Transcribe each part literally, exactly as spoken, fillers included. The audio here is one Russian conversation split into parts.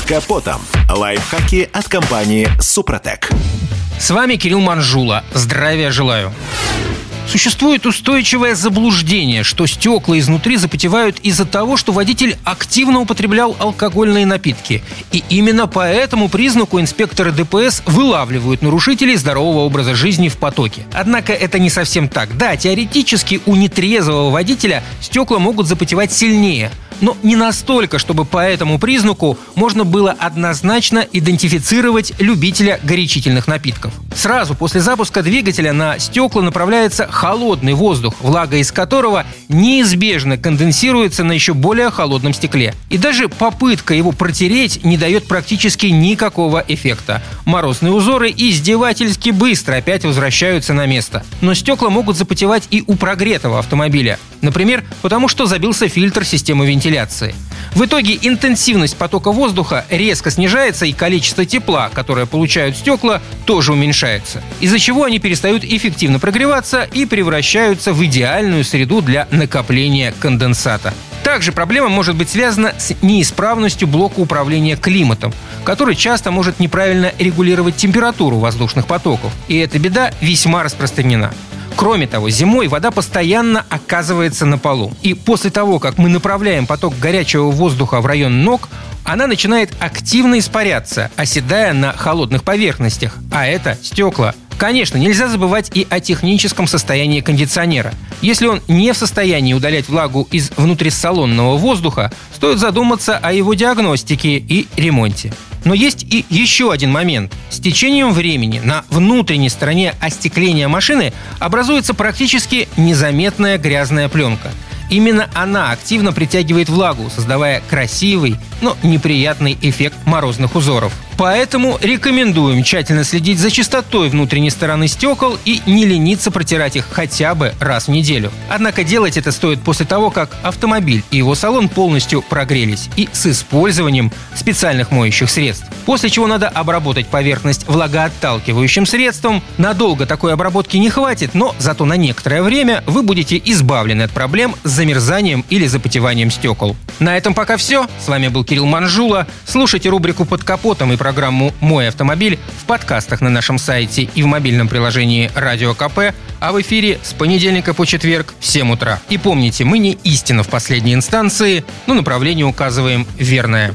капотом. Лайфхаки от компании «Супротек». С вами Кирилл Манжула. Здравия желаю. Существует устойчивое заблуждение, что стекла изнутри запотевают из-за того, что водитель активно употреблял алкогольные напитки. И именно по этому признаку инспекторы ДПС вылавливают нарушителей здорового образа жизни в потоке. Однако это не совсем так. Да, теоретически у нетрезвого водителя стекла могут запотевать сильнее, но не настолько, чтобы по этому признаку можно было однозначно идентифицировать любителя горячительных напитков. Сразу после запуска двигателя на стекла направляется холодный воздух, влага из которого неизбежно конденсируется на еще более холодном стекле. И даже попытка его протереть не дает практически никакого эффекта. Морозные узоры издевательски быстро опять возвращаются на место. Но стекла могут запотевать и у прогретого автомобиля. Например, потому что забился фильтр системы вентиляции. В итоге интенсивность потока воздуха резко снижается, и количество тепла, которое получают стекла, тоже уменьшается, из-за чего они перестают эффективно прогреваться и превращаются в идеальную среду для накопления конденсата. Также проблема может быть связана с неисправностью блока управления климатом, который часто может неправильно регулировать температуру воздушных потоков. И эта беда весьма распространена. Кроме того, зимой вода постоянно оказывается на полу. И после того, как мы направляем поток горячего воздуха в район ног, она начинает активно испаряться, оседая на холодных поверхностях. А это стекла. Конечно, нельзя забывать и о техническом состоянии кондиционера. Если он не в состоянии удалять влагу из внутрисалонного воздуха, стоит задуматься о его диагностике и ремонте. Но есть и еще один момент. С течением времени на внутренней стороне остекления машины образуется практически незаметная грязная пленка. Именно она активно притягивает влагу, создавая красивый, но неприятный эффект морозных узоров. Поэтому рекомендуем тщательно следить за чистотой внутренней стороны стекол и не лениться протирать их хотя бы раз в неделю. Однако делать это стоит после того, как автомобиль и его салон полностью прогрелись и с использованием специальных моющих средств. После чего надо обработать поверхность влагоотталкивающим средством. Надолго такой обработки не хватит, но зато на некоторое время вы будете избавлены от проблем с замерзанием или запотеванием стекол. На этом пока все. С вами был Кирилл Манжула. Слушайте рубрику «Под капотом» и программу «Мой автомобиль» в подкастах на нашем сайте и в мобильном приложении Радио КП, а в эфире с понедельника по четверг в семь утра. И помните, мы не истина в последней инстанции, но направление указываем верное.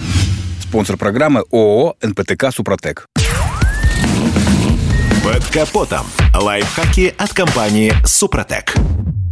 Спонсор программы ООО «эн пэ тэ ка Супротек». Под капотом. Лайфхаки от компании «Супротек».